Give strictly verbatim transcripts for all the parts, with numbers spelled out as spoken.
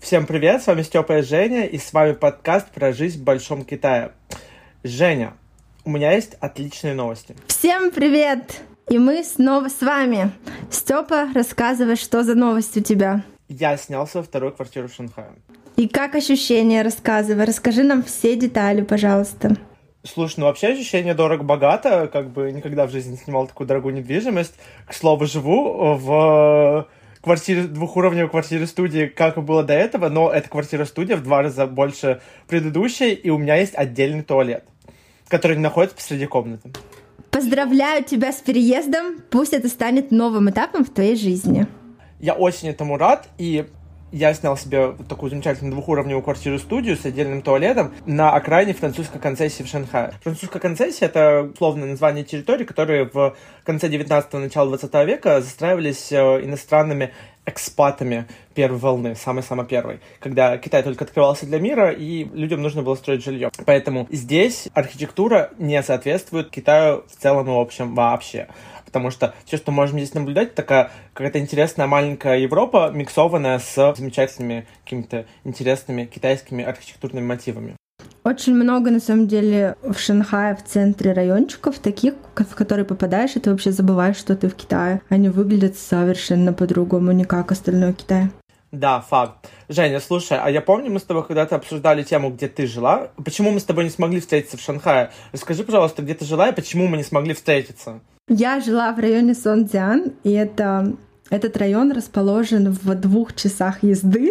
Всем привет, с вами Степа и Женя, и с вами подкаст про жизнь в Большом Китае. Женя, у меня есть отличные новости. Всем привет! И мы снова с вами. Степа, рассказывай, что за новость у тебя. Я снял свою вторую квартиру в Шанхае. И как ощущения, рассказывай. Расскажи нам все детали, пожалуйста. Слушай, ну вообще ощущение дорого-богато, как бы никогда в жизни не снимал такую дорогую недвижимость. К слову, живу в квартире, двухуровневой квартире-студии, как и было до этого, но эта квартира-студия в два раза больше предыдущей, и у меня есть отдельный туалет, который находится посреди комнаты. Поздравляю тебя с переездом, пусть это станет новым этапом в твоей жизни. Я очень этому рад, и я снял себе вот такую замечательную двухуровневую квартиру-студию с отдельным туалетом на окраине французской концессии в Шанхае. Французская концессия — это условное название территорий, которые в конце девятнадцатого, начало двадцатого века застраивались иностранными экспатами первой волны, самой-самой первой, когда Китай только открывался для мира, и людям нужно было строить жилье. Поэтому здесь архитектура не соответствует Китаю в целом и в общем вообще. Потому что все, что можем здесь наблюдать, такая какая-то интересная маленькая Европа, миксованная с замечательными какими-то интересными китайскими архитектурными мотивами. Очень много, на самом деле, в Шанхае, в центре райончиков, таких, в которые попадаешь, и ты вообще забываешь, что ты в Китае. Они выглядят совершенно по-другому, не как остальной Китай. Да, факт. Женя, слушай, а я помню, мы с тобой когда-то обсуждали тему, где ты жила. Почему мы с тобой не смогли встретиться в Шанхае? Расскажи, пожалуйста, где ты жила и почему мы не смогли встретиться? Я жила в районе Сонцзян, и это, этот район расположен в двух часах езды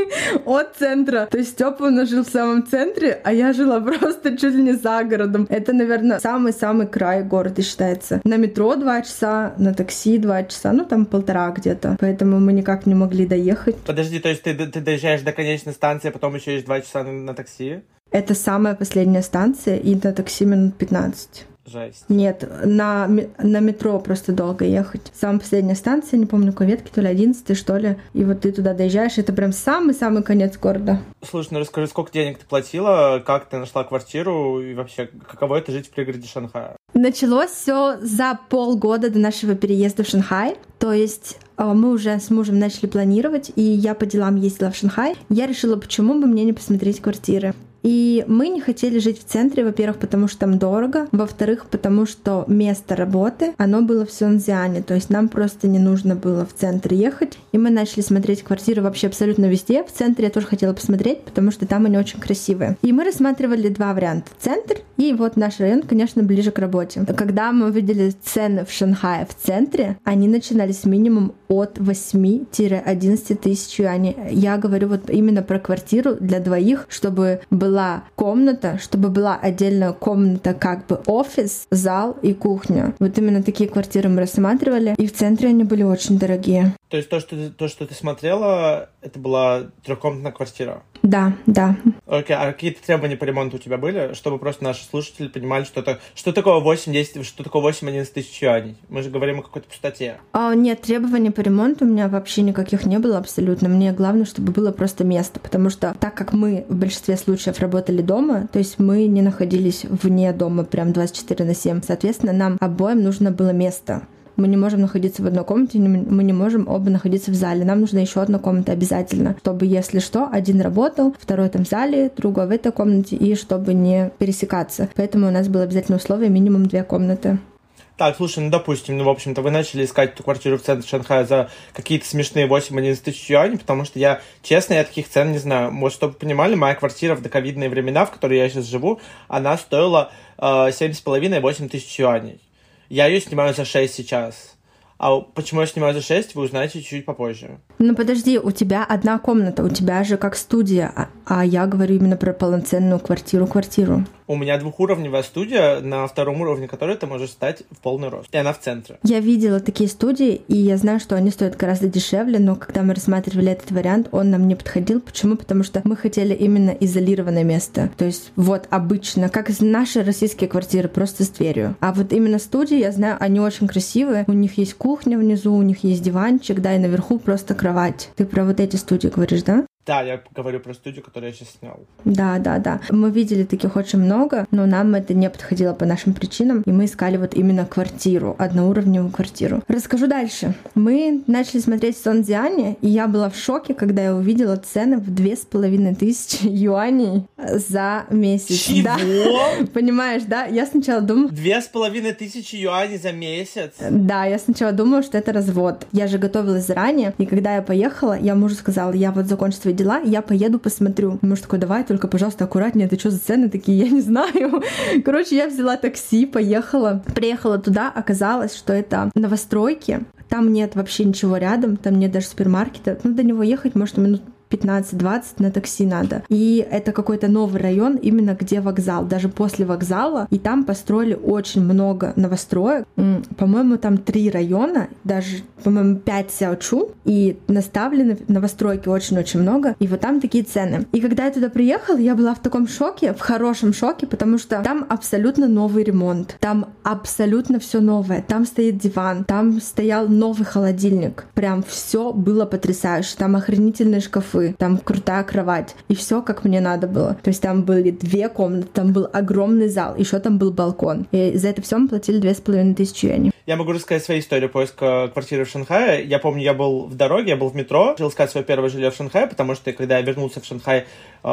от центра. То есть Степа у нас жил в самом центре, а я жила просто чуть ли не за городом. Это, наверное, самый-самый край города считается. На метро два часа, на такси два часа, ну там полтора где-то. Поэтому мы никак не могли доехать. Подожди, то есть ты, ты доезжаешь до конечной станции, а потом еще есть два часа на, на такси? Это самая последняя станция, и на такси минут пятнадцать. Жесть. Нет, на, на метро просто долго ехать. Самая последняя станция, не помню, какой ветки, то ли одиннадцатый, что ли. И вот ты туда доезжаешь, это прям самый-самый конец города. Слушай, ну расскажи, сколько денег ты платила, как ты нашла квартиру и вообще, каково это жить в пригороде Шанхая? Началось все за полгода до нашего переезда в Шанхай. То есть мы уже с мужем начали планировать, и я по делам ездила в Шанхай. Я решила, почему бы мне не посмотреть квартиры. И мы не хотели жить в центре, во-первых, потому что там дорого, во-вторых, потому что место работы, оно было в Сонцзяне, то есть нам просто не нужно было в центр ехать, и мы начали смотреть квартиры вообще абсолютно везде. В центре я тоже хотела посмотреть, потому что там они очень красивые. И мы рассматривали два варианта: центр и вот наш район, конечно, ближе к работе. Когда мы увидели цены в Шанхае в центре, они начинались минимум от восьми-одиннадцати тысяч юаней. Я говорю вот именно про квартиру для двоих, чтобы было была комната, чтобы была отдельная комната, как бы офис, зал и кухня. Вот именно такие квартиры мы рассматривали, и в центре они были очень дорогие. То есть то, что ты, то, что ты смотрела, это была трехкомнатная квартира? Да, да. Окей, а какие-то требования по ремонту у тебя были, чтобы просто наши слушатели понимали, что это, что такое восемь-десять, что такое восемь-одиннадцать тысяч юаней? Мы же говорим о какой-то пустоте. А, нет, требований по ремонту у меня вообще никаких не было абсолютно. Мне главное, чтобы было просто место, потому что так как мы в большинстве случаев работали дома, то есть мы не находились вне дома прям двадцать четыре на семь, соответственно, нам обоим нужно было место. Мы не можем находиться в одной комнате, мы не можем оба находиться в зале. Нам нужна еще одна комната обязательно, чтобы, если что, один работал, второй там в зале, другой в этой комнате, и чтобы не пересекаться. Поэтому у нас было обязательное условие минимум две комнаты. Так, слушай, ну, допустим, ну, в общем-то, вы начали искать эту квартиру в центре Шанхая за какие-то смешные восемь-одиннадцать тысяч юаней, потому что я, честно, я таких цен не знаю. Вот, чтобы вы понимали, моя квартира в доковидные времена, в которой я сейчас живу, она стоила э, семь с половиной-восемь тысяч юаней. Я ее снимаю за шесть сейчас. А почему я снимаю за шесть, вы узнаете чуть попозже. Ну подожди, у тебя одна комната, у тебя же как студия, а, а я говорю именно про полноценную квартиру-квартиру. У меня двухуровневая студия, на втором уровне которой ты можешь стать в полный рост. И она в центре. Я видела такие студии, и я знаю, что они стоят гораздо дешевле, но когда мы рассматривали этот вариант, он нам не подходил. Почему? Потому что мы хотели именно изолированное место. То есть вот обычно, как наши российские квартиры, просто с дверью. А вот именно студии, я знаю, они очень красивые. У них есть кухня внизу, у них есть диванчик, да, и наверху просто кровать. Ты про вот эти студии говоришь, да? Да, я говорю про студию, которую я сейчас снял. Да, да, да. Мы видели таких очень много, но нам это не подходило по нашим причинам, и мы искали вот именно квартиру, одноуровневую квартиру. Расскажу дальше. Мы начали смотреть Сондзяне, и я была в шоке, когда я увидела цены в две с половиной тысячи юаней за месяц. Чего? Да. Понимаешь, да? Я сначала думала... Две с половиной тысячи юаней за месяц? Да, я сначала думала, что это развод. Я же готовилась заранее, и когда я поехала, я мужу сказала, я вот закончу свои дела, я поеду посмотрю. Муж такой, давай, только, пожалуйста, аккуратнее, это что за цены такие, я не знаю. Короче, я взяла такси, поехала. Приехала туда, оказалось, что это новостройки. Там нет вообще ничего рядом, там нет даже супермаркета. Ну, до него ехать, может, минут пятнадцать-двадцать на такси надо. И это какой-то новый район, именно где вокзал, даже после вокзала. И там построили очень много новостроек. По-моему, там три района, даже, по-моему, пять сяочу. И наставлены новостройки очень-очень много. И вот там такие цены. И когда я туда приехала, я была в таком шоке, в хорошем шоке, потому что там абсолютно новый ремонт. Там абсолютно все новое. Там стоит диван, там стоял новый холодильник. Прям все было потрясающе. Там охренительные шкафы, там крутая кровать, и все как мне надо было. То есть там были две комнаты, там был огромный зал, еще там был балкон. И за это все мы платили две с половиной тысячи юаней. Я могу рассказать свою историю поиска квартиры в Шанхае. Я помню, я был в дороге, я был в метро, решил искать свое первое жилье в Шанхае, потому что когда я вернулся в Шанхай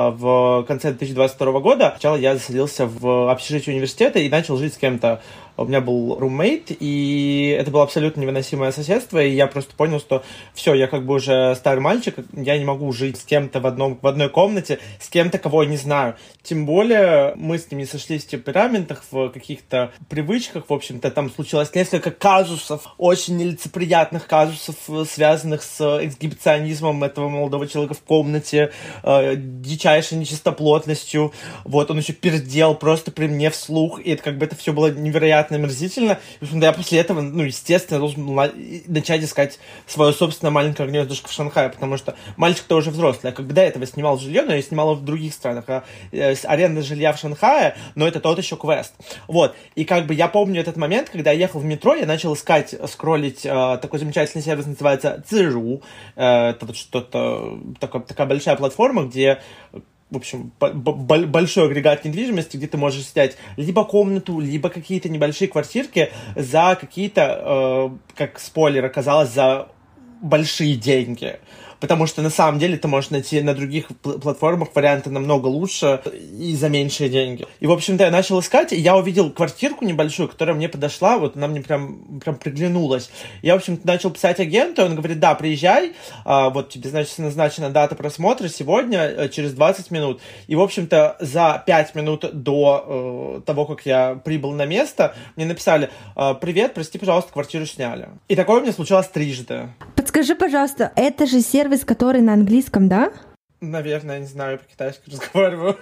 в конце две тысячи двадцать второго года, сначала я заселился в общежитие университета и начал жить с кем-то. У меня был руммейт, и это было абсолютно невыносимое соседство, и я просто понял, что все, я как бы уже старый мальчик, я не могу жить с кем-то в, одном, в одной комнате, с кем-то, кого я не знаю. Тем более мы с ними сошлись в темпераментах, в каких-то привычках, в общем-то, там случилось несколько казусов, очень нелицеприятных казусов, связанных с эксгибиционизмом этого молодого человека в комнате, э, дичайшей нечистоплотностью. Вот, он еще пердел просто при мне вслух, и это как бы это все было невероятно омерзительно. В общем, да, я после этого, ну, естественно, должен был начать искать свое собственное маленькое гнездышко в Шанхае, потому что мальчик-то уже взрослый. Я как бы до этого снимал жилье, но я снимал его в других странах. А э, аренда жилья в Шанхае, но это тот еще квест. Вот. И как бы я помню этот момент, когда я ехал в метро, я начал искать, скроллить э, такой замечательный сервис, называется Цзиру. Э, это вот что-то, такая, такая большая платформа, где в общем, большой агрегат недвижимости, где ты можешь снять либо комнату, либо какие-то небольшие квартирки за какие-то, э, как спойлер оказалось, за большие деньги. Потому что на самом деле ты можешь найти на других платформах варианты намного лучше и за меньшие деньги. И, в общем-то, я начал искать, и я увидел квартирку небольшую, которая мне подошла, вот она мне прям, прям приглянулась. Я, в общем-то, начал писать агенту, он говорит, да, приезжай, а, вот тебе, значит, назначена дата просмотра сегодня, через двадцать минут. И, в общем-то, за пять минут до э, того, как я прибыл на место, мне написали, привет, прости, пожалуйста, квартиру сняли. И такое у меня случалось трижды. Подскажи, пожалуйста, это же сервис, который на английском, да? Наверное, не знаю, я по-китайски разговариваю.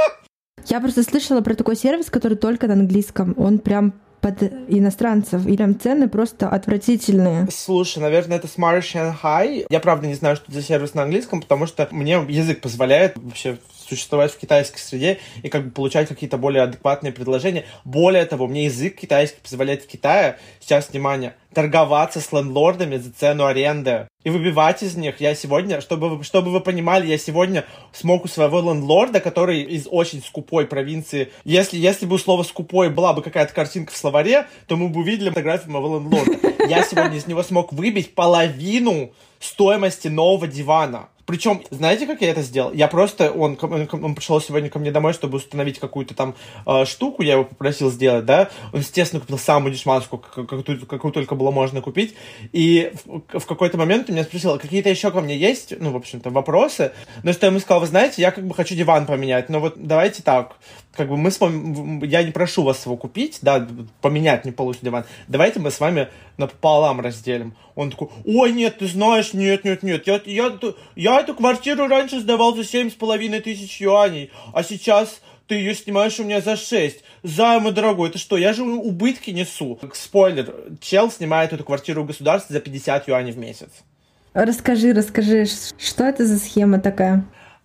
Я просто слышала про такой сервис, который только на английском. Он прям под иностранцев, и там цены просто отвратительные. Слушай, наверное, это Smart Shanghai. Я, правда, не знаю, что это за сервис на английском, потому что мне язык позволяет вообще существовать в китайской среде и как бы получать какие-то более адекватные предложения. Более того, мне язык китайский позволяет в Китае, сейчас, внимание, торговаться с лендлордами за цену аренды и выбивать из них. Я сегодня, чтобы вы, чтобы вы понимали, я сегодня смог у своего лендлорда, который из очень скупой провинции, если, если бы у слова «скупой» была бы какая-то картинка в словаре, то мы бы увидели фотографию моего лендлорда. Я сегодня из него смог выбить половину стоимости нового дивана. Причем, знаете, как я это сделал? Я просто, он, он, он пришел сегодня ко мне домой, чтобы установить какую-то там э, штуку, я его попросил сделать, да, он, естественно, купил самую дешманскую, какую, какую только было можно купить, и в, в какой-то момент он меня спросил, какие-то еще ко мне есть, ну, в общем-то, вопросы, но что я ему сказал, вы знаете, я как бы хочу диван поменять, но вот давайте так, как бы мы с вами, я не прошу вас его купить, да, поменять не получится диван, давайте мы с вами напополам разделим. Он такой, ой, нет, ты знаешь, нет, нет, нет, я, я, я эту квартиру раньше сдавал за семь с половиной тысяч юаней, а сейчас ты ее снимаешь у меня за шесть. Займы, дорогой, это что, я же убытки несу. Спойлер, чел снимает эту квартиру у государства за пятьдесят юаней в месяц. Расскажи, расскажи, что это за схема такая?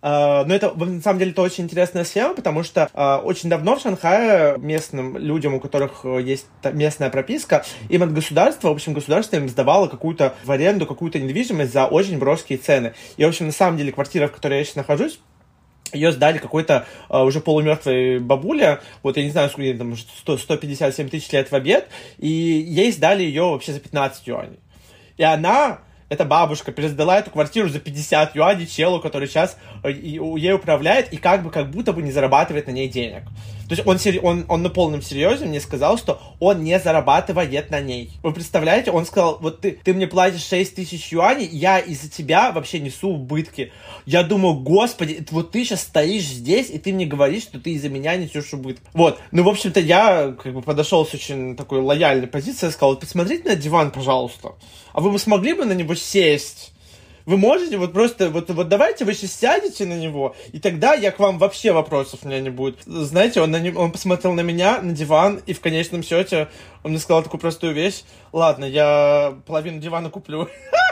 Uh, но это, на самом деле, это очень интересная схема, потому что uh, очень давно в Шанхае местным людям, у которых есть местная прописка, им от государства, в общем, государство им сдавало какую-то в аренду, какую-то недвижимость за очень броские цены. И, в общем, на самом деле, квартира, в которой я сейчас нахожусь, ее сдали какой-то uh, уже полумертвой бабуле, вот я не знаю, сколько там, сто, сто пятьдесят семь тысяч лет в обед, и ей сдали ее вообще за пятнадцать юаней. И она... Эта бабушка пересдала эту квартиру за пятьдесят юаней челу, который сейчас ей управляет и как бы как будто бы не зарабатывает на ней денег. То есть он, он, он на полном серьезе мне сказал, что он не зарабатывает на ней. Вы представляете? Он сказал, вот ты, ты мне платишь шесть тысяч юаней, я из-за тебя вообще несу убытки. Я думаю, господи, вот ты сейчас стоишь здесь, и ты мне говоришь, что ты из-за меня несешь убытки. Вот. Ну, в общем-то, я как бы подошел с очень такой лояльной позиции и сказал, вот посмотрите на диван, пожалуйста. А вы бы смогли бы на него сесть? Вы можете вот просто, вот, вот давайте вы сейчас сядете на него, и тогда я к вам вообще вопросов у меня не будет. Знаете, он, на не, он посмотрел на меня, на диван, и в конечном счете он мне сказал такую простую вещь. Ладно, я половину дивана куплю.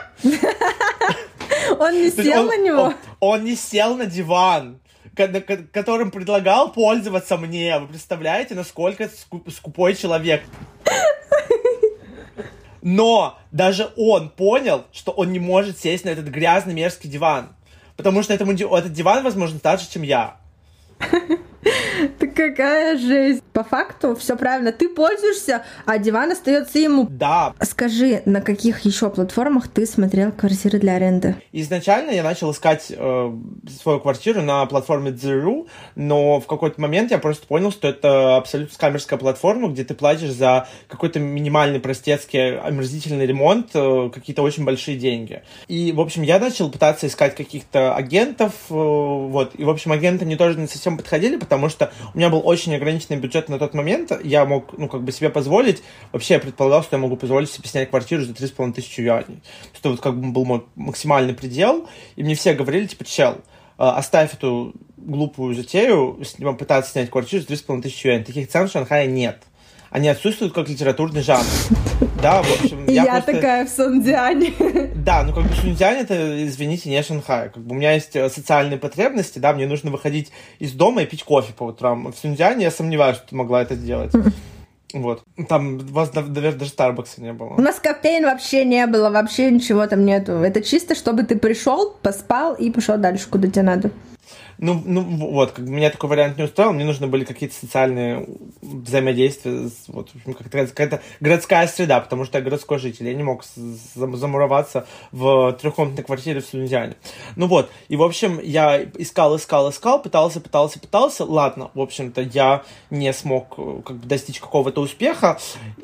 Он не сел на него? Он не сел на диван, которым предлагал пользоваться мне. Вы представляете, насколько скупой человек? Но даже он понял, что он не может сесть на этот грязный мерзкий диван. Потому что этому, этот диван, возможно, старше, чем я. Да какая жесть. По факту все правильно. Ты пользуешься, а диван остается ему. Да. Скажи, на каких еще платформах ты смотрел квартиры для аренды? Изначально я начал искать э, свою квартиру на платформе Zillow, но в какой-то момент я просто понял, что это абсолютно скамерская платформа, где ты платишь за какой-то минимальный простецкий омерзительный ремонт э, какие-то очень большие деньги. И, в общем, я начал пытаться искать каких-то агентов, э, вот. И, в общем, агенты мне тоже не совсем подходили, потому что у меня был очень ограниченный бюджет на тот момент. Я мог, ну, как бы себе позволить. Вообще, я предполагал, что я могу позволить себе снять квартиру за три с половиной тысячи юаней. Что вот как бы был мой максимальный предел. И мне все говорили, типа, чел, оставь эту глупую затею, пытаться снять квартиру за три с половиной тысячи юаней. Таких цен в Шанхае нет. Они отсутствуют как литературный жанр. Да, в общем, я, я просто... такая в Сунцзяне. Да, ну как бы Сунцзянь это, извините, не Шанхай. Как бы у меня есть социальные потребности, да, мне нужно выходить из дома и пить кофе по утрам. В Сунцзяне я сомневаюсь, что ты могла это сделать. Вот. Там у вас, наверное, даже Старбакса не было. У нас кофеин вообще не было, вообще ничего там нету. Это чисто, чтобы ты пришел, поспал и пошел дальше, куда тебе надо. Ну, ну вот, как бы меня такой вариант не устроил, мне нужны были какие-то социальные взаимодействия, вот, в общем, какая-то городская среда, потому что я городской житель, я не мог замуроваться в трехкомнатной квартире в Сунцзяне. Ну вот, и, в общем, я искал, искал, искал, пытался, пытался, пытался, ладно, в общем-то, я не смог как бы достичь какого-то успеха,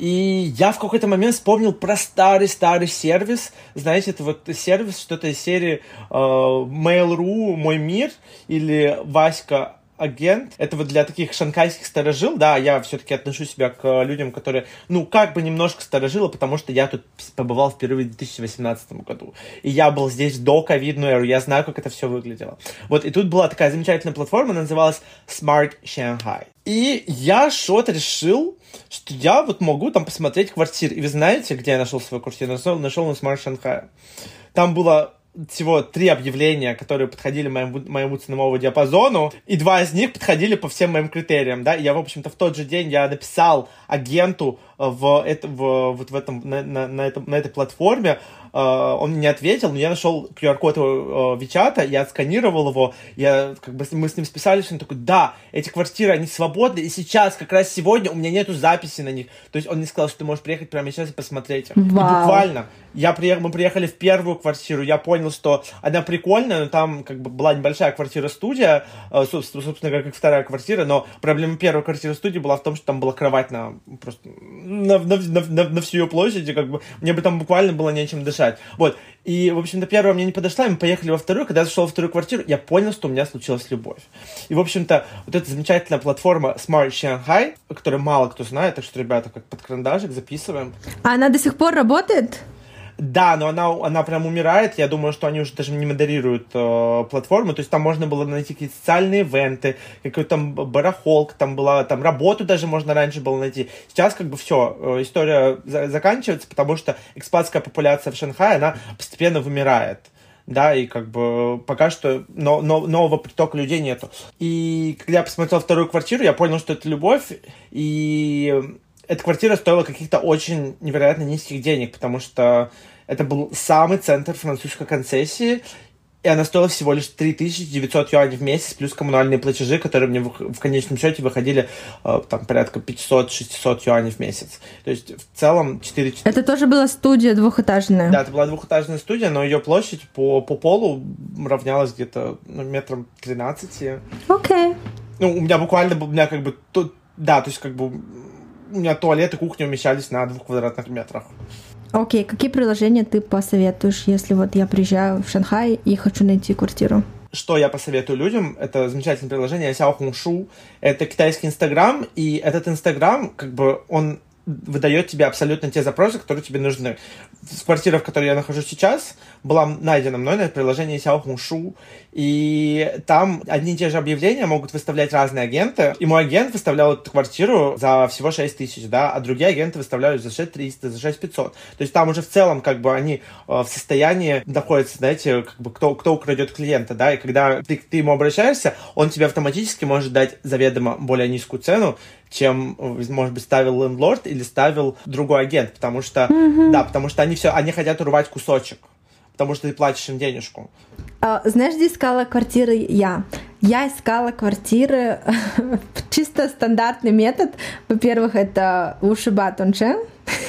и я в какой-то момент вспомнил про старый-старый сервис, знаете, это вот сервис, что-то из серии э, Mail.ru, Мой мир, или Васька Агент. Это вот для таких шанхайских старожил, да, я все-таки отношу себя к людям, которые, ну, как бы немножко старожилы, потому что я тут побывал впервые в две тысячи восемнадцатом году. И я был здесь до ковидную эру, я знаю, как это все выглядело. Вот, и тут была такая замечательная платформа, называлась Smart Shanghai. И я что-то решил, что я вот могу там посмотреть квартиры. И вы знаете, где я нашел свою квартиру? Нашел, нашел на Smart Shanghai. Там было всего три объявления, которые подходили моему, моему ценовому диапазону, и два из них подходили по всем моим критериям, да, и я, в общем-то, в тот же день я написал агенту в, это, в, вот в этом, на, на, на, этом, на этой платформе, он мне не ответил, но я нашел ку ар-код его Вичата, я отсканировал его, я, как бы, мы с ним списались, он такой, да, эти квартиры, они свободны, и сейчас, как раз сегодня, у меня нету записи на них. То есть он мне сказал, что ты можешь приехать прямо сейчас и посмотреть. Вау. И буквально, я приех... мы приехали в первую квартиру, я понял, что она прикольная, но там, как бы, была небольшая квартира-студия, собственно говоря, как вторая квартира, но проблема первой квартиры-студии была в том, что там была кровать на, просто, на, на, на, на, на всю ее площадь, и, как бы, мне бы там буквально было нечем дышать. Вот. И, в общем-то, первая мне не подошла, и мы поехали во вторую. Когда я зашел во вторую квартиру, я понял, что у меня случилась любовь. И, в общем-то, вот эта замечательная платформа Smart Shanghai, которую мало кто знает, так что, ребята, как под карандашик записываем. А она до сих пор работает? Да, но она, она прям умирает. Я думаю, что они уже даже не модерируют э, платформу. То есть там можно было найти какие-то социальные ивенты, какой-то там барахолка, там была, там работу даже можно раньше было найти. Сейчас как бы все, э, история за- заканчивается, потому что экспатская популяция в Шанхае, она постепенно вымирает. да, и как бы пока что но, но, нового притока людей нету. И когда я посмотрел вторую квартиру, я понял, что это любовь, и эта квартира стоила каких-то очень невероятно низких денег, потому что это был самый центр французской концессии, и она стоила всего лишь три тысячи девятьсот юаней в месяц, плюс коммунальные платежи, которые мне в, в конечном счете выходили э, там порядка пятьсот-шестьсот юаней в месяц. То есть в целом четыре... Это тоже была студия двухэтажная? Да, это была двухэтажная студия, но ее площадь по, по полу равнялась где-то ну, метром тринадцати. Окей. Okay. Ну, у меня буквально, у меня как бы... То, да, то есть как бы у меня туалет и кухня умещались на двух квадратных метрах. Окей, okay. Какие приложения ты посоветуешь, если вот я приезжаю в Шанхай и хочу найти квартиру? Что я посоветую людям? Это замечательное приложение Xiaohongshu. Это китайский Инстаграм, и этот Инстаграм, как бы, он выдает тебе абсолютно те запросы, которые тебе нужны. Квартира, в которой я нахожусь сейчас, была найдена мной на приложении Xiaohongshu, и там одни и те же объявления могут выставлять разные агенты. И мой агент выставлял эту квартиру за всего шесть тысяч, да, а другие агенты выставляют за шесть триста, за шесть пятьсот. То есть там уже в целом как бы они в состоянии находятся, знаете, как бы кто, кто украдет клиента, да, и когда ты, ты ему обращаешься, он тебе автоматически может дать заведомо более низкую цену, чем, может быть, ставил лендлорд или ставил другой агент, потому что, mm-hmm. да, потому что они все, они хотят урвать кусочек, потому что ты платишь им денежку. Uh, знаешь, где искала квартиры я? Я искала квартиры чисто стандартный метод. Во-первых, это Ушиба Тончэн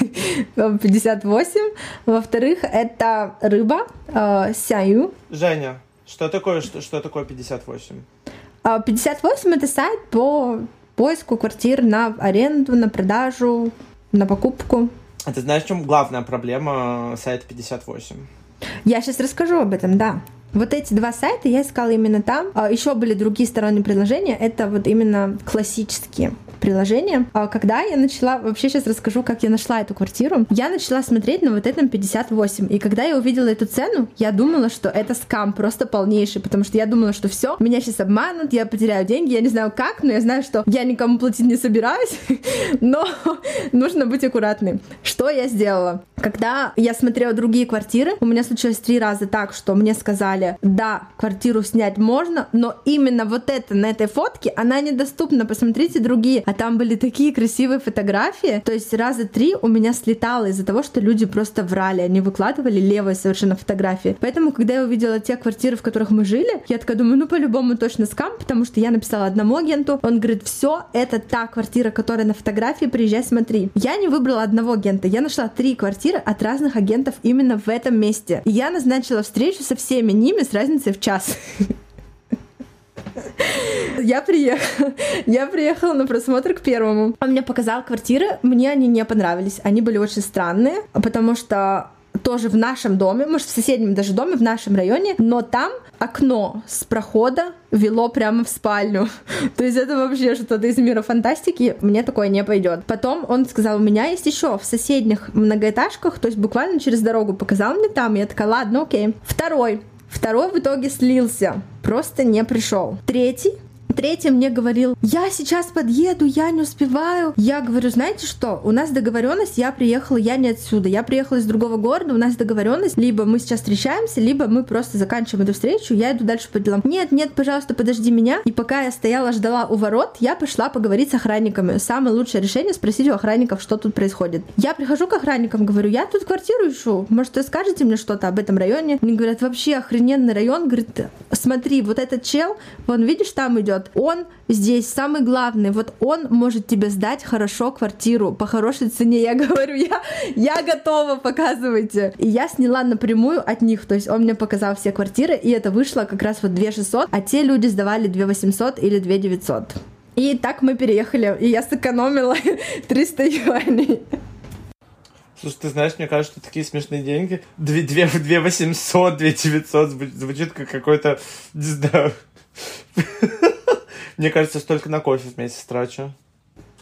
пятьдесят восемь. Во-вторых, это рыба uh, Сяю. Женя, что такое, что, что такое пятьдесят восемь? Uh, пятьдесят восемь это сайт по поиску квартир на аренду, на продажу, на покупку. А ты знаешь, в чем главная проблема сайта пятьдесят восемь? Я сейчас расскажу об этом, да. Вот эти два сайта я искала именно там. Еще были другие сторонние приложения. Это вот именно классические приложения. Когда я начала... Вообще сейчас расскажу, как я нашла эту квартиру. Я начала смотреть на вот этом пятьдесят восемь. И когда я увидела эту цену, я думала, что это скам просто полнейший. Потому что я думала, что все, меня сейчас обманут, я потеряю деньги. Я не знаю как, но я знаю, что я никому платить не собираюсь. Но нужно быть аккуратной. Что я сделала? Когда я смотрела другие квартиры, у меня случилось три раза так, что мне сказали, да, квартиру снять можно, но именно вот это на этой фотке, она недоступна, посмотрите другие. А там были такие красивые фотографии, то есть раза три у меня слетало из-за того, что люди просто врали, они выкладывали левые совершенно фотографии. Поэтому, когда я увидела те квартиры, в которых мы жили, я такая думаю, ну по-любому точно скам, потому что я написала одному агенту, он говорит, все, это та квартира, которая на фотографии, приезжай, смотри. Я не выбрала одного агента, я нашла три квартиры от разных агентов именно в этом месте. И я назначила встречу со всеми ними с разницей в час. Я приехала, я приехала на просмотр к первому. Он мне показал квартиры, мне они не понравились. Они были очень странные, потому что тоже в нашем доме, может, в соседнем даже доме, в нашем районе, но там окно с прохода вело прямо в спальню. То есть это вообще что-то из мира фантастики, мне такое не пойдет. Потом он сказал, у меня есть еще в соседних многоэтажках, то есть буквально через дорогу показал мне там, и я такая, ладно, окей. Второй. Второй в итоге слился, просто не пришел. Третий. Третий мне говорил, я сейчас подъеду, я не успеваю. Я говорю, знаете что, у нас договоренность, я приехала, я не отсюда, я приехала из другого города, у нас договоренность, либо мы сейчас встречаемся, либо мы просто заканчиваем эту встречу, я иду дальше по делам. Нет, нет, пожалуйста, подожди меня. И пока я стояла, ждала у ворот, я пошла поговорить с охранниками. Самое лучшее решение — спросить у охранников, что тут происходит. Я прихожу к охранникам, говорю, я тут квартиру ищу, может, вы скажете мне что-то об этом районе? Они говорят, вообще охрененный район, говорит, смотри, вот этот чел, вон, видишь, там идет. Он здесь самый главный, вот он может тебе сдать хорошо квартиру по хорошей цене. Я говорю, я, я готова, показывайте. И я сняла напрямую от них, то есть он мне показал все квартиры, и это вышло как раз вот две тысячи шестьсот, а те люди сдавали две тысячи восемьсот или две тысячи девятьсот. И так мы переехали, и я сэкономила триста юаней. Слушай, ты знаешь, мне кажется, что такие смешные деньги. две тысячи восемьсот, две тысячи девятьсот звучит как какой-то, не знаю... Мне кажется, столько на кофе в месяц трачу.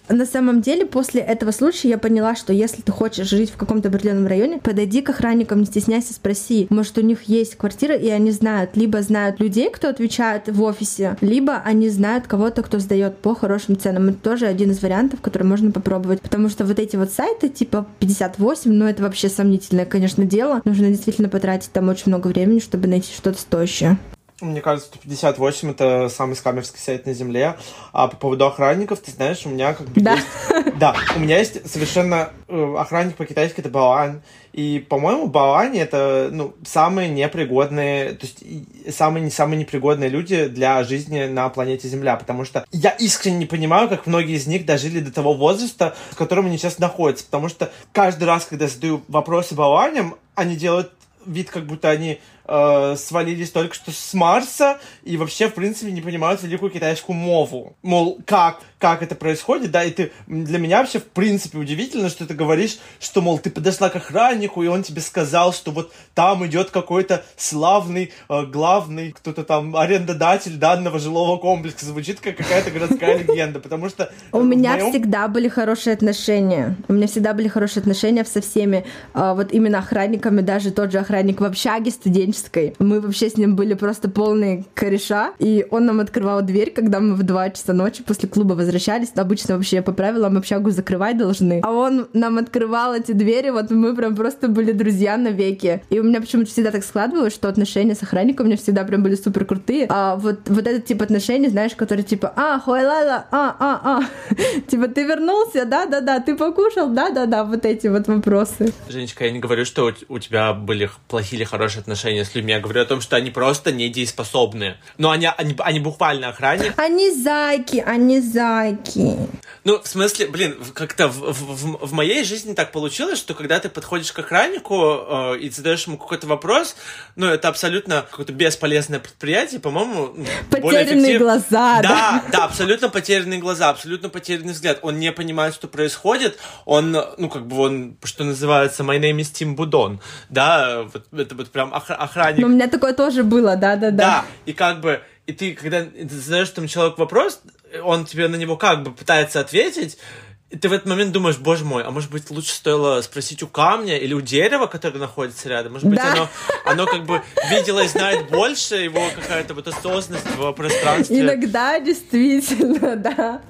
на самом деле после этого случая я поняла, что если ты хочешь жить в каком-то определенном районе, подойди к охранникам, не стесняйся, спроси. Может, у них есть квартира, и они знают, либо знают людей, кто отвечает в офисе, либо они знают кого-то, кто сдает по хорошим ценам. Это тоже один из вариантов, который можно попробовать. Потому что вот эти вот сайты типа пятьдесят восемь, ну это вообще сомнительное, конечно, дело. Нужно действительно потратить там очень много времени, чтобы найти что-то стоящее. Мне кажется, что пятьдесят восемь — это самый скамерский сайт на земле. А по поводу охранников, ты знаешь, у меня как бы да. есть... Да, у меня есть совершенно... Охранник по-китайски — это Баоан. И, по-моему, Баоани — это, ну, самые непригодные... То есть самые, не самые непригодные люди для жизни на планете Земля. Потому что я искренне не понимаю, как многие из них дожили до того возраста, в котором они сейчас находятся. Потому что каждый раз, когда я задаю вопросы Баоаням, они делают вид, как будто они э, свалились только что с Марса и вообще, в принципе, не понимают великую китайскую мову. Мол, как, как это происходит, да, и ты, для меня вообще, в принципе, удивительно, что ты говоришь, что, мол, ты подошла к охраннику, и он тебе сказал, что вот там идет какой-то славный, э, главный, кто-то там, арендодатель данного жилого комплекса. Звучит как какая-то городская легенда, потому что... У меня всегда были хорошие отношения. У меня всегда были хорошие отношения со всеми, вот именно охранниками, даже тот же охранник в общаге студенческой. Мы вообще с ним были просто полные кореша, и он нам открывал дверь, когда мы в два часа ночи после клуба возвращались. Обычно вообще по правилам общагу закрывать должны. А он нам открывал эти двери, вот мы прям просто были друзья навеки. И у меня почему-то всегда так складывалось, что отношения с охранником у меня всегда прям были супер крутые. А вот, вот этот тип отношений, знаешь, который типа, а, хуайлайла, а, а, а, типа, ты вернулся, да-да-да, ты покушал, да-да-да, вот эти вот вопросы. Женечка, я не говорю, что у тебя были плохие или хорошие отношения с людьми, я говорю о том, что они просто недееспособные. Но они, они, они буквально охранник. Они зайки, они зайки. Ну, в смысле, блин, как-то в, в, в моей жизни так получилось, что когда ты подходишь к охраннику э, и задаешь ему какой-то вопрос, ну, это абсолютно какое-то бесполезное предприятие, по-моему, потерянные глаза, да? Да, да, абсолютно потерянные глаза, абсолютно потерянный взгляд. Он не понимает, что происходит, он, ну, как бы он, что называется, my name is Tim Budon, да, вот, это вот прям охранник. Ну, у меня такое тоже было, да-да-да. Да, и как бы, и ты, когда ты задаешь этому человеку вопрос, он тебе на него как бы пытается ответить, и ты в этот момент думаешь, боже мой, а может быть лучше стоило спросить у камня или у дерева, которое находится рядом? Может быть, да. оно, оно как бы видело и знает больше, его какая-то вот осознанность в пространстве. Иногда действительно, да.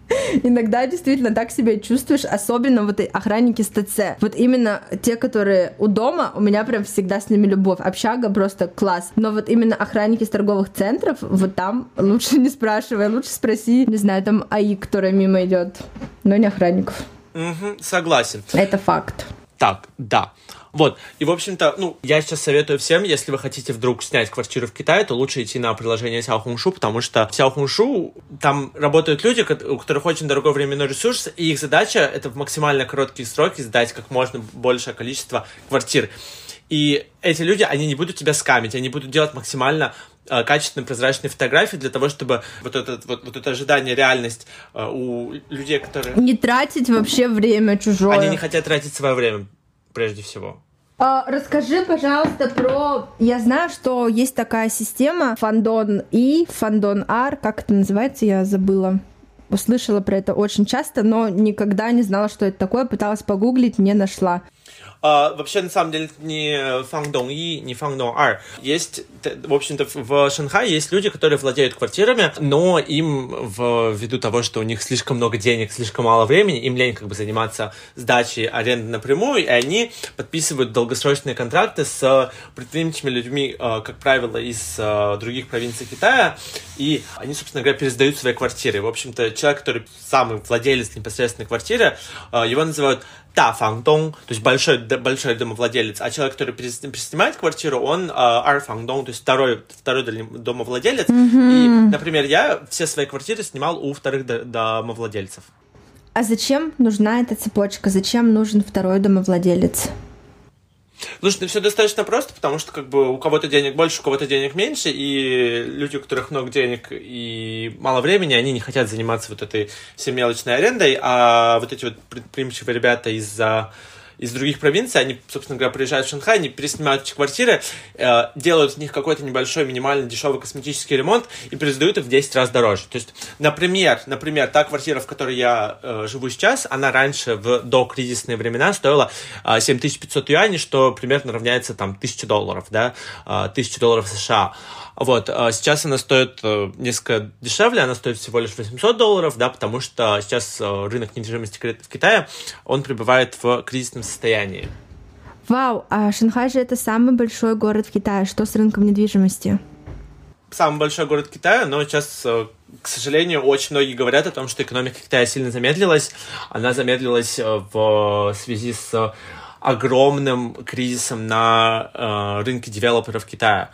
Иногда действительно так себя чувствуешь, особенно вот охранники с ТЦ. Вот именно те, которые у дома, у меня прям всегда с ними любовь. Общага просто класс. Но вот именно охранники с торговых центров, вот там лучше не спрашивай, лучше спроси, не знаю, там АИ, которая мимо идет, но не охранников. Угу, согласен. Это факт. Так, да. Вот, и, в общем-то, ну, я сейчас советую всем, если вы хотите вдруг снять квартиру в Китае, то лучше идти на приложение Xiaohongshu, потому что в Xiaohongshu там работают люди, у которых очень дорогой временной ресурс, и их задача — это в максимально короткие сроки сдать как можно большее количество квартир. И эти люди, они не будут тебя скамить, они будут делать максимально э, качественные, прозрачные фотографии для того, чтобы вот это, вот, вот это ожидание, реальность э, у людей, которые... Не тратить вообще время чужое. Они не хотят тратить свое время. Прежде всего. А, расскажи, пожалуйста, про... Я знаю, что есть такая система Фандон И, Фандон Ар, как это называется, я забыла. Услышала про это очень часто, но никогда не знала, что это такое, пыталась погуглить, не нашла. Uh, вообще, на самом деле, не Фандон И, не Фандон Ар. Есть, в общем-то, в Шанхае есть люди, которые владеют квартирами, но им, в, ввиду того, что у них слишком много денег, слишком мало времени, им лень как бы заниматься сдачей аренды напрямую, и они подписывают долгосрочные контракты с предприимчивыми людьми, как правило, из других провинций Китая, и они, собственно говоря, пересдают свои квартиры. В общем-то, человек, который самый владелец непосредственной квартиры, его называют Да, фангдон, то есть большой, большой домовладелец, а человек, который переснимает квартиру, он ар фангдон, то есть второй, второй домовладелец. Mm-hmm. И, например, я все свои квартиры снимал у вторых домовладельцев. А зачем нужна эта цепочка? Зачем нужен второй домовладелец? Слушай, ну все достаточно просто, потому что как бы у кого-то денег больше, у кого-то денег меньше, и люди, у которых много денег и мало времени, они не хотят заниматься вот этой всей мелочной арендой, а вот эти вот предприимчивые ребята из из других провинций, они, собственно говоря, приезжают в Шанхай, они переснимают эти квартиры, э, делают в них какой-то небольшой, минимальный, дешевый косметический ремонт и пересдают их в десять раз дороже. То есть, например, например та квартира, в которой я э, живу сейчас, она раньше, в докризисные времена, стоила э, семь тысяч пятьсот юаней, что примерно равняется там тысяче долларов, да, э, тысяча долларов США. Вот, сейчас она стоит несколько дешевле, она стоит всего лишь восемьсот долларов, да, потому что сейчас рынок недвижимости в Китае, он пребывает в кризисном состоянии. Вау, а Шанхай же это самый большой город в Китае. Что с рынком недвижимости? Самый большой город Китая, но сейчас, к сожалению, очень многие говорят о том, что экономика Китая сильно замедлилась. Она замедлилась в связи с огромным кризисом на рынке девелоперов Китая.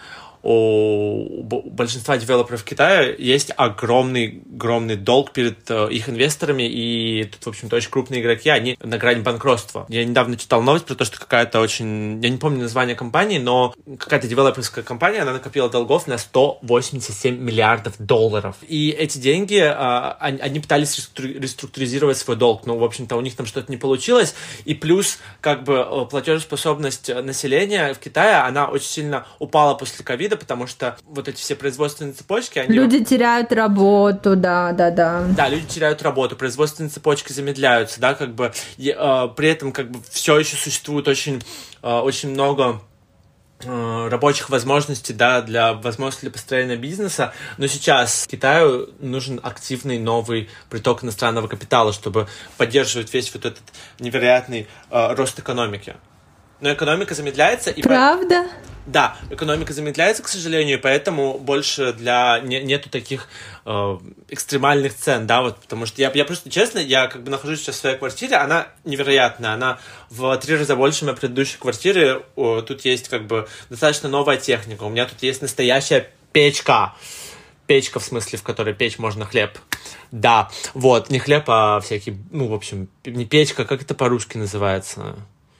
У большинства девелоперов Китая есть огромный, огромный долг перед э, их инвесторами, и тут, в общем-то, очень крупные игроки, они на грани банкротства. Я недавно читал новость про то, что какая-то очень... Я не помню название компании, но какая-то девелоперская компания, она накопила долгов на сто восемьдесят семь миллиардов долларов. И эти деньги, э, они, они пытались реструктуризировать свой долг, но, в общем-то, у них там что-то не получилось, и плюс, как бы, платежеспособность населения в Китае, она очень сильно упала после ковида, потому что вот эти все производственные цепочки, они... Люди теряют работу, да, да, да. Да, люди теряют работу, производственные цепочки замедляются, да, как бы, и, э, при этом, как бы, все еще существует очень, э, очень много э, рабочих возможностей, да, для возможностей для построения бизнеса, но сейчас Китаю нужен активный новый приток иностранного капитала, чтобы поддерживать весь вот этот невероятный э, рост экономики. Но экономика замедляется. И Правда? По... Да, экономика замедляется, к сожалению, поэтому больше для не, нету таких э, экстремальных цен, да, вот, потому что я, я просто, честно, я как бы нахожусь сейчас в своей квартире, она невероятная, она в три раза больше моей предыдущей квартиры, о, тут есть как бы достаточно новая техника, у меня тут есть настоящая печка, печка в смысле, в которой печь можно хлеб, да, вот, не хлеб, а всякие, ну, в общем, не печка, как это по-русски называется?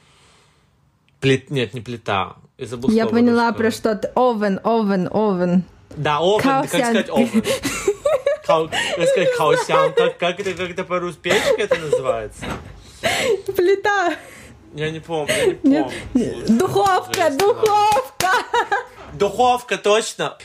Плит... Нет, не плита. Я забыл Я слово поняла русское. Про что-то. Овен, овен, овен. Да, овен. Как сказать овен? Как сказать хаосян? Как, как это, как это по-русски? Печка это называется? Плита. Я не помню, я не помню. Духовка, духовка. Духовка, точно.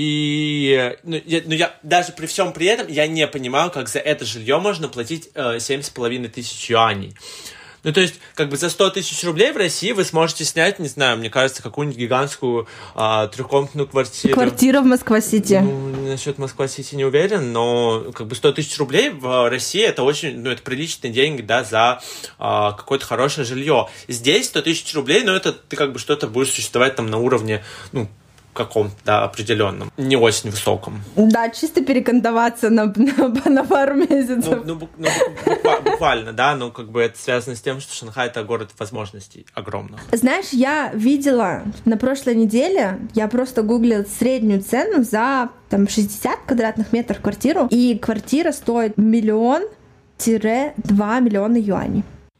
И ну я, ну, я даже при всем при этом я не понимаю, как за это жилье можно платить э, семь с половиной тысяч юаней. Ну, то есть, как бы за сто тысяч рублей в России вы сможете снять, не знаю, мне кажется, какую-нибудь гигантскую а, трехкомнатную квартиру. Квартира в Москва-Сити. Ну, насчет Москва-Сити не уверен, но как бы сто тысяч рублей в России это очень, ну, это приличные деньги, да, за а, какое-то хорошее жилье. Здесь сто тысяч рублей, но это ты как бы что-то будешь существовать там на уровне, ну, каком-то, да, определенном, не очень высоком. Да, чисто перекантоваться на, на, на пару месяцев. Ну, ну, ну буквально, да, но как бы это связано с тем, что Шанхай — это город возможностей огромных. Знаешь, я видела на прошлой неделе, я просто гуглила среднюю цену за там шестьдесят квадратных метров квартиру, и квартира стоит миллион-два миллиона юаней.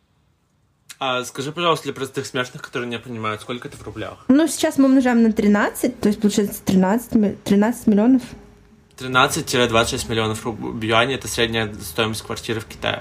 А скажи, пожалуйста, для простых смертных, которые не понимают, сколько это в рублях? Ну, сейчас мы умножаем на тринадцать, то есть получается тринадцать, тринадцать миллионов. тринадцать-двадцать шесть миллионов юаней — это средняя стоимость квартиры в Китае.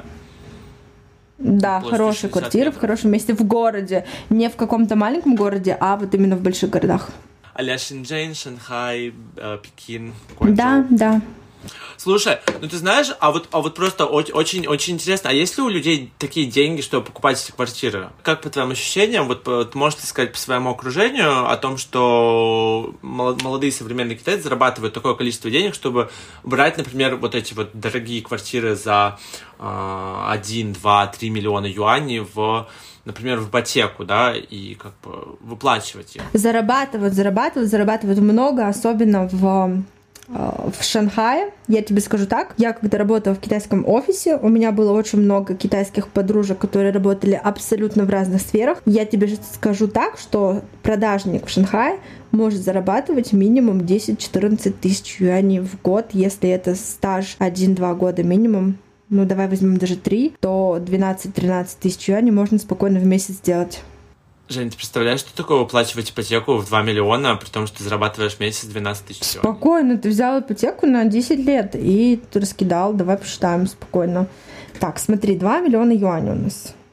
Да, хорошая квартира в хорошем месте, в городе. Не в каком-то маленьком городе, а вот именно в больших городах. А-ля Шэньчжэнь, Шанхай, э, Пекин, Гуанчжоу. Да, да. Слушай, ну ты знаешь, а вот, а вот просто очень-очень интересно, а есть ли у людей такие деньги, чтобы покупать эти квартиры? Как по твоим ощущениям, вот, вот можешь ты сказать по своему окружению о том, что молодые современные китайцы зарабатывают такое количество денег, чтобы брать, например, вот эти вот дорогие квартиры за э, один, два, три миллиона юаней в... например, в ипотеку, да, и как бы выплачивать их? Зарабатывают, зарабатывают, зарабатывают много, особенно в... в Шанхае. Я тебе скажу так, я когда работала в китайском офисе, у меня было очень много китайских подружек, которые работали абсолютно в разных сферах. Я тебе скажу так, что продажник в Шанхае может зарабатывать минимум десять-четырнадцать тысяч юаней в год, если это стаж один-два года минимум. Ну, давай возьмем даже три, то двенадцать-тринадцать тысяч юаней можно спокойно в месяц сделать. Жень, ты представляешь, что такое выплачивать ипотеку в два миллиона, при том, что ты зарабатываешь в месяц двенадцать тысяч юаней? Спокойно, ты взял ипотеку на десять лет и ты раскидал, давай посчитаем спокойно. Так, смотри, два миллиона юаней у нас.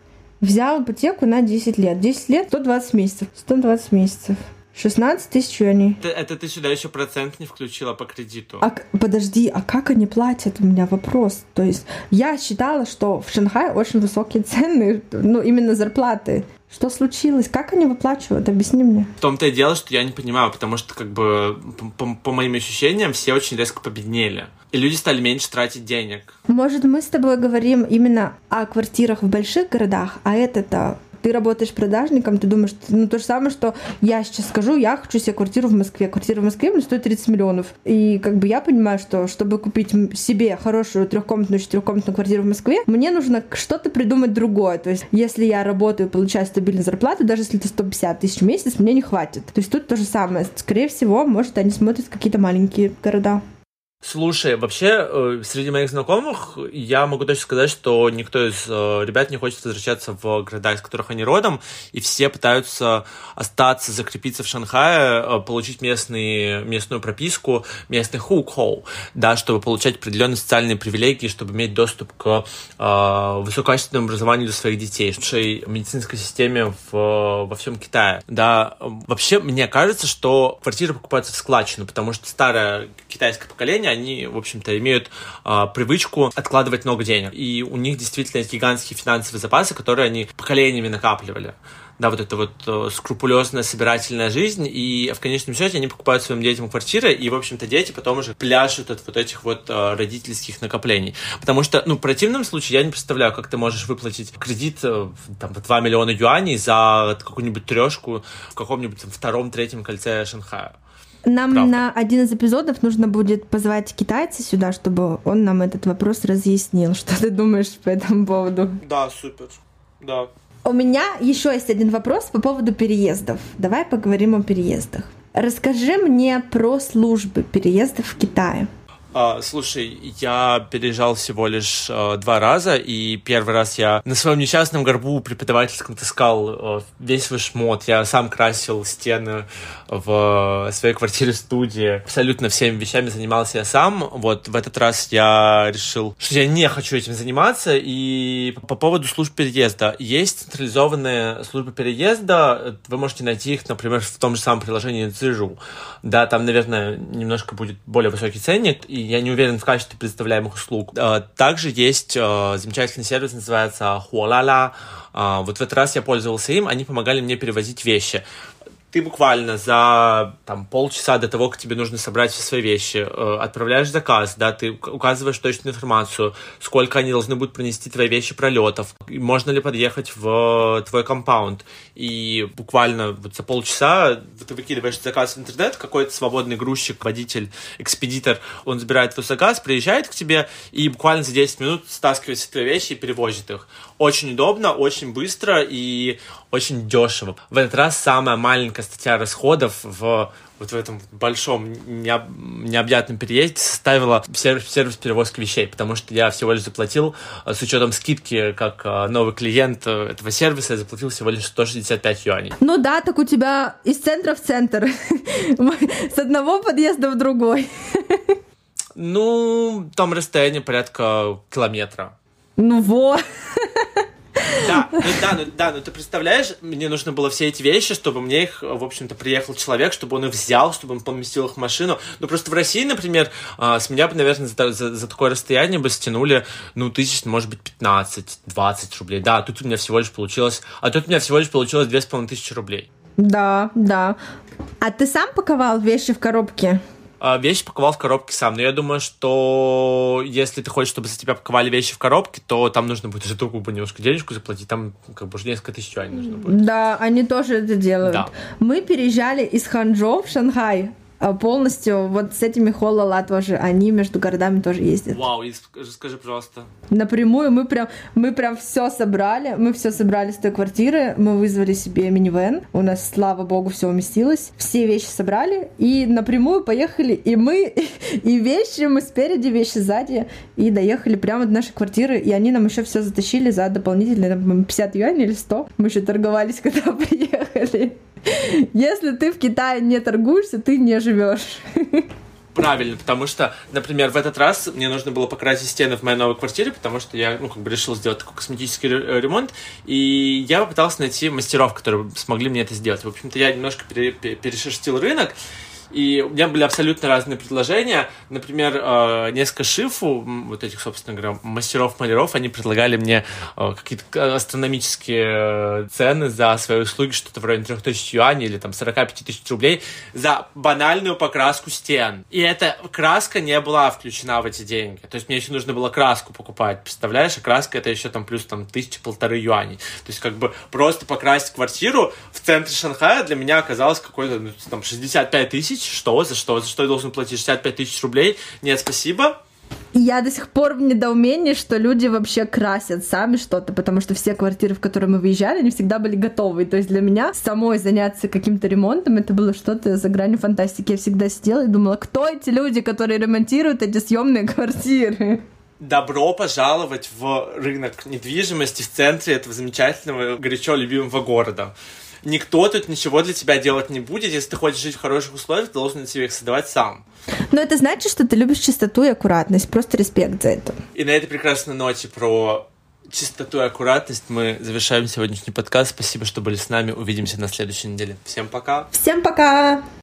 Взял ипотеку на десять лет. десять лет, сто двадцать месяцев. сто двадцать месяцев. шестнадцать тысяч юаней. Это, это ты сюда еще процент не включила по кредиту. А, подожди, а как они платят? У меня вопрос. То есть я считала, что в Шанхае очень высокие цены, ну, именно зарплаты. Что случилось? Как они выплачивают? Объясни мне. В том-то и дело, что я не понимаю, потому что, как бы, по, по моим ощущениям, все очень резко победнели. И люди стали меньше тратить денег. Может, мы с тобой говорим именно о квартирах в больших городах, а это-то... Ты работаешь продажником, ты думаешь, ну, то же самое, что я сейчас скажу, я хочу себе квартиру в Москве. Квартира в Москве мне стоит тридцать миллионов. И как бы я понимаю, что чтобы купить себе хорошую трехкомнатную, четырехкомнатную квартиру в Москве, мне нужно что-то придумать другое. То есть, если я работаю и получаю стабильную зарплату, даже если это сто пятьдесят тысяч в месяц, мне не хватит. То есть тут то же самое. Скорее всего, может, они смотрят какие-то маленькие города. Слушай, вообще, э, среди моих знакомых я могу точно сказать, что никто из э, ребят не хочет возвращаться в города, из которых они родом, и все пытаются остаться, закрепиться в Шанхае, э, получить местный, местную прописку, местный хукхоу, да, чтобы получать определенные социальные привилегии, чтобы иметь доступ к э, высококачественному образованию для своих детей, в медицинской системе в, во всем Китае. Да. Вообще, мне кажется, что квартиры покупаются в складчину, потому что старое китайское поколение, они, в общем-то, имеют э, привычку откладывать много денег. И у них действительно есть гигантские финансовые запасы, которые они поколениями накапливали. Да, вот это вот э, скрупулезная собирательная жизнь, и в конечном счете они покупают своим детям квартиры, и, в общем-то, дети потом уже пляшут от вот этих вот э, родительских накоплений. Потому что, ну, в противном случае я не представляю, как ты можешь выплатить кредит э, там, два миллиона юаней за какую-нибудь трешку в каком-нибудь там, втором-третьем кольце Шанхая. Нам Правда. На один из эпизодов нужно будет позвать китайца сюда, чтобы он нам этот вопрос разъяснил. Что ты думаешь по этому поводу? Да, супер. Да. У меня еще есть один вопрос по поводу переездов. Давай поговорим о переездах. Расскажи мне про службы переездов в Китае. Uh, слушай, я переезжал всего лишь uh, два раза, и первый раз я на своем несчастном горбу преподавательском таскал uh, весь свой шмот. Я сам красил стены в uh, своей квартире-студии. Абсолютно всеми вещами занимался я сам. Вот в этот раз я решил, что я не хочу этим заниматься. И по поводу служб переезда. Есть централизованные службы переезда. Вы можете найти их, например, в том же самом приложении Цзижу. Да, там, наверное, немножко будет более высокий ценник, и я не уверен в качестве предоставляемых услуг. Также есть замечательный сервис, называется Хуолала. Вот в этот раз я пользовался им, они помогали мне перевозить вещи. Ты буквально за там, полчаса до того, как тебе нужно собрать все свои вещи, э, отправляешь заказ, да, ты указываешь точную информацию, сколько они должны будут пронести твои вещи пролетов, можно ли подъехать в твой компаунд. И буквально вот за полчаса ты выкидываешь заказ в интернет, какой-то свободный грузчик, водитель, экспедитор, он забирает твой заказ, приезжает к тебе и буквально за десять минут стаскивает все твои вещи и перевозит их. Очень удобно, очень быстро и очень дешево. В этот раз самая маленькая статья расходов в вот в этом большом необ... необъятном переезде составила сервис, сервис перевозки вещей, потому что я всего лишь заплатил, с учетом скидки, как новый клиент этого сервиса, я заплатил всего лишь сто шестьдесят пять юаней. Ну да, так у тебя из центра в центр, с одного подъезда в другой. Ну, там расстояние порядка километра. Ну вот. Да, ну да, ну да, ну ты представляешь, мне нужно было все эти вещи, чтобы мне их, в общем-то, приехал человек, чтобы он их взял, чтобы он поместил их в машину. Ну просто в России, например, с меня бы, наверное, за, за, за такое расстояние бы стянули, ну, тысяч, может быть, пятнадцать-двадцать рублей. Да, а тут у меня всего лишь получилось, а тут у меня всего лишь получилось две с половиной тысячи рублей. Да, да. А ты сам паковал вещи в коробке? Вещи паковал в коробке сам, но я думаю, что если ты хочешь, чтобы за тебя паковали вещи в коробке, то там нужно будет за другую немножко денежку заплатить, там как бы уже несколько тысяч юаней нужно будет. Да, они тоже это делают. Да. Мы переезжали из Ханчжоу в Шанхай полностью, вот с этими Хуолала тоже, они между городами тоже ездят. Вау, скажи, пожалуйста. Напрямую мы прям, мы прям все собрали, мы все собрали с той квартиры, мы вызвали себе минивэн, у нас, слава богу, все уместилось, все вещи собрали и напрямую поехали, и мы, и вещи, мы спереди, вещи сзади, и доехали прямо до нашей квартиры, и они нам еще все затащили за дополнительные, там, пятьдесят юаней или сто, мы еще торговались, когда приехали. Если ты в Китае не торгуешься, ты не живешь. правильно, потому что, например, в этот раз мне нужно было покрасить стены в моей новой квартире, потому что я, ну, как бы решил сделать такой косметический ремонт, и я попытался найти мастеров, которые смогли мне это сделать. В общем-то, я немножко пере- перешерстил рынок, и у меня были абсолютно разные предложения. Например, несколько шифу, вот этих, собственно говоря, мастеров-маляров, они предлагали мне какие-то астрономические цены за свои услуги, что-то в районе трех тысяч юаней или там сорок пять тысяч рублей за банальную покраску стен. И эта краска не была включена в эти деньги. То есть мне еще нужно было краску покупать, представляешь? А краска это еще там плюс там тысяча-полторы юаней. То есть как бы просто покрасить квартиру в центре Шанхая для меня оказалось какой-то ну, там шестьдесят пять тысяч. Что? За что? За что я должен платить шестьдесят пять тысяч рублей? Нет, спасибо. Я до сих пор в недоумении, что люди вообще красят сами что-то, потому что все квартиры, в которые мы выезжали, они всегда были готовы. То есть для меня самой заняться каким-то ремонтом, это было что-то за гранью фантастики. Я всегда сидела и думала, кто эти люди, которые ремонтируют эти съемные квартиры? Добро пожаловать в рынок недвижимости в центре этого замечательного, горячо любимого города. Никто тут ничего для тебя делать не будет. Если ты хочешь жить в хороших условиях, ты должен себе их создавать сам. Но это значит, что ты любишь чистоту и аккуратность. Просто респект за это. И на этой прекрасной ноте про чистоту и аккуратность мы завершаем сегодняшний подкаст. Спасибо, что были с нами. Увидимся на следующей неделе. Всем пока. Всем пока!